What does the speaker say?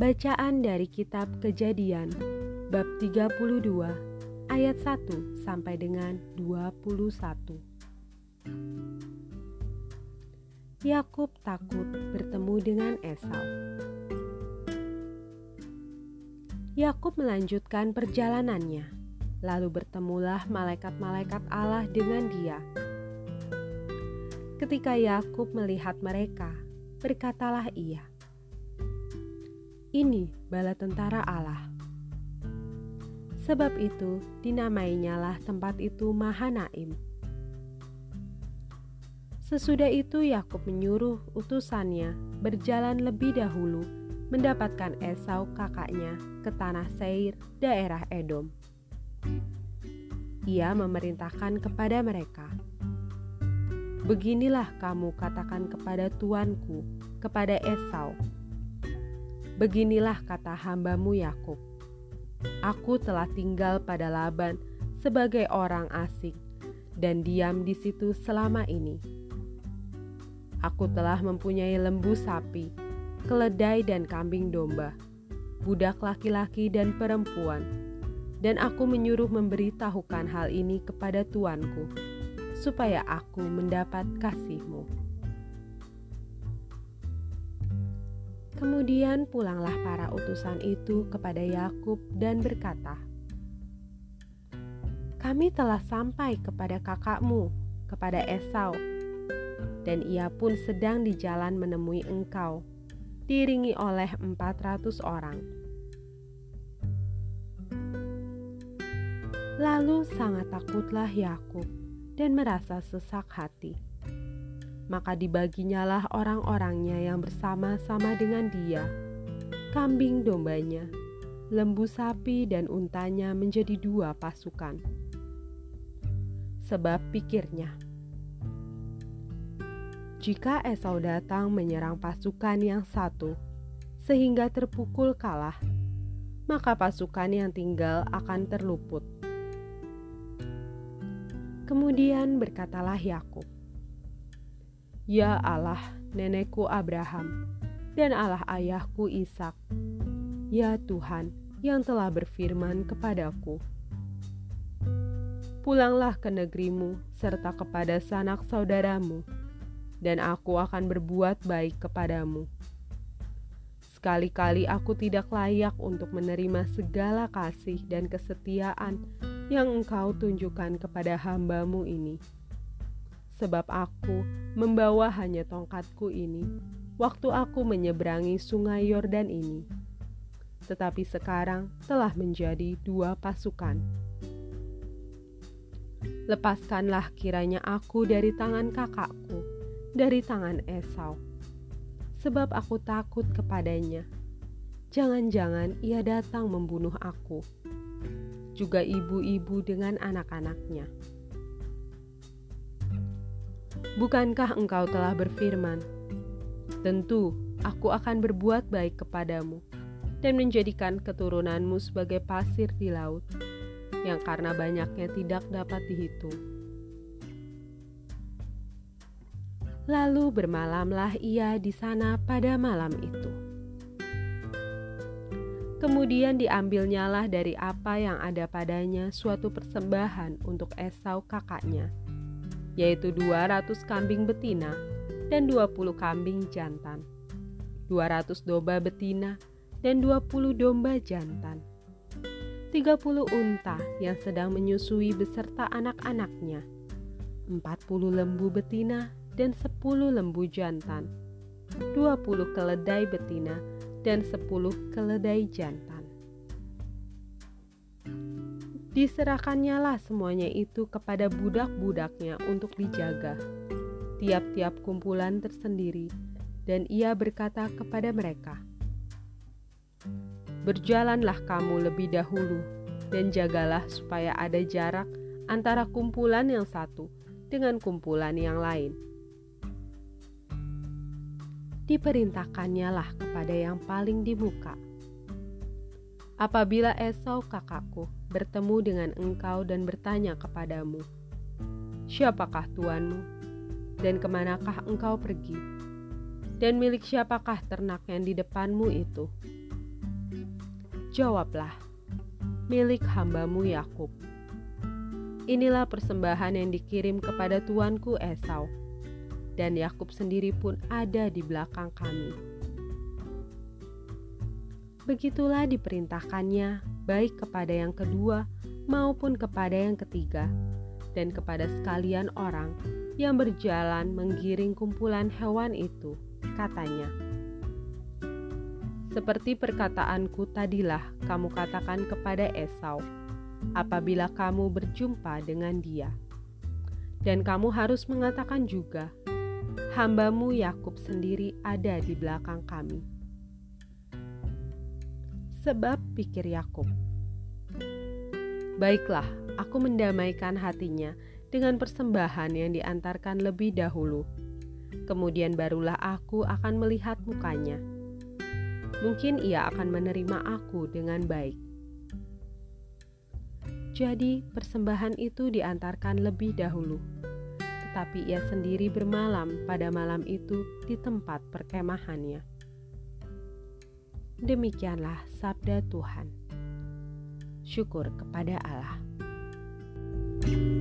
Bacaan dari kitab Kejadian bab 32 ayat 1 sampai dengan 21. Yakub takut bertemu dengan Esau. Yakub melanjutkan perjalanannya, lalu bertemulah malaikat-malaikat Allah dengan dia. Ketika Yakub melihat mereka, berkatalah ia, "Ini bala tentara Allah." Sebab itu dinamainyalah tempat itu Mahanaim. Sesudah itu Yakub menyuruh utusannya berjalan lebih dahulu mendapatkan Esau kakaknya ke tanah Seir, daerah Edom. Ia memerintahkan kepada mereka, "Beginilah kamu katakan kepada tuanku, kepada Esau, beginilah kata hambamu Yakub, aku telah tinggal pada Laban sebagai orang asing dan diam di situ selama ini. Aku telah mempunyai lembu sapi, keledai dan kambing domba, budak laki-laki dan perempuan, dan aku menyuruh memberitahukan hal ini kepada tuanku, supaya aku mendapat kasihmu." Kemudian pulanglah para utusan itu kepada Yakub dan berkata, "Kami telah sampai kepada kakakmu, kepada Esau, dan ia pun sedang di jalan menemui engkau, diiringi oleh 400 orang. Lalu sangat takutlah Yakub dan merasa sesak hati. Maka dibaginyalah orang-orangnya yang bersama-sama dengan dia, kambing dombanya, lembu sapi dan untanya menjadi 2 pasukan. Sebab pikirnya, jika Esau datang menyerang pasukan yang satu, sehingga terpukul kalah, maka pasukan yang tinggal akan terluput. Kemudian berkatalah Yakub, "Ya Allah, nenekku Abraham, dan Allah ayahku Ishak, ya Tuhan yang telah berfirman kepadaku, pulanglah ke negerimu serta kepada sanak saudaramu, dan aku akan berbuat baik kepadamu. Sekali-kali aku tidak layak untuk menerima segala kasih dan kesetiaan yang engkau tunjukkan kepada hambamu ini. Sebab aku membawa hanya tongkatku ini, waktu aku menyeberangi sungai Yordan ini. Tetapi sekarang telah menjadi 2 pasukan. Lepaskanlah kiranya aku dari tangan kakakku, dari tangan Esau, sebab aku takut kepadanya. Jangan-jangan ia datang membunuh aku, juga ibu-ibu dengan anak-anaknya. Bukankah engkau telah berfirman, tentu aku akan berbuat baik kepadamu dan menjadikan keturunanmu sebagai pasir di laut, yang karena banyaknya tidak dapat dihitung." Lalu bermalamlah ia di sana pada malam itu. Kemudian diambilnyalah dari apa yang ada padanya suatu persembahan untuk Esau kakaknya, yaitu 200 kambing betina dan 20 kambing jantan, 200 domba betina dan 20 domba jantan, 30 unta yang sedang menyusui beserta anak-anaknya, 40 lembu betina dan 10 lembu jantan, 20 keledai betina dan 10 keledai jantan. Diserahkannyalah semuanya itu kepada budak-budaknya untuk dijaga, tiap-tiap kumpulan tersendiri, dan ia berkata kepada mereka, "Berjalanlah kamu lebih dahulu, dan jagalah supaya ada jarak antara kumpulan yang satu dengan kumpulan yang lain." Diperintahkannyalah kepada yang paling di muka, "Apabila Esau kakakku bertemu dengan engkau dan bertanya kepadamu, 'Siapakah tuanmu, dan kemanakah engkau pergi, dan milik siapakah ternak yang di depanmu itu?' Jawablah, milik hambamu Yakub. Inilah persembahan yang dikirim kepada tuanku Esau, dan Yakub sendiri pun ada di belakang kami. Begitulah diperintahkannya baik kepada yang kedua maupun kepada yang ketiga, dan kepada sekalian orang yang berjalan menggiring kumpulan hewan itu, katanya, seperti perkataanku tadilah kamu katakan kepada Esau, apabila kamu berjumpa dengan dia. Dan kamu harus mengatakan juga, hambamu Yakub sendiri ada di belakang kami. Sebab pikir Yakub, baiklah, aku mendamaikan hatinya dengan persembahan yang diantarkan lebih dahulu. Kemudian barulah aku akan melihat mukanya. Mungkin ia akan menerima aku dengan baik. Jadi persembahan itu diantarkan lebih dahulu, tetapi ia sendiri bermalam pada malam itu di tempat perkemahannya. Demikianlah sabda Tuhan. Syukur kepada Allah.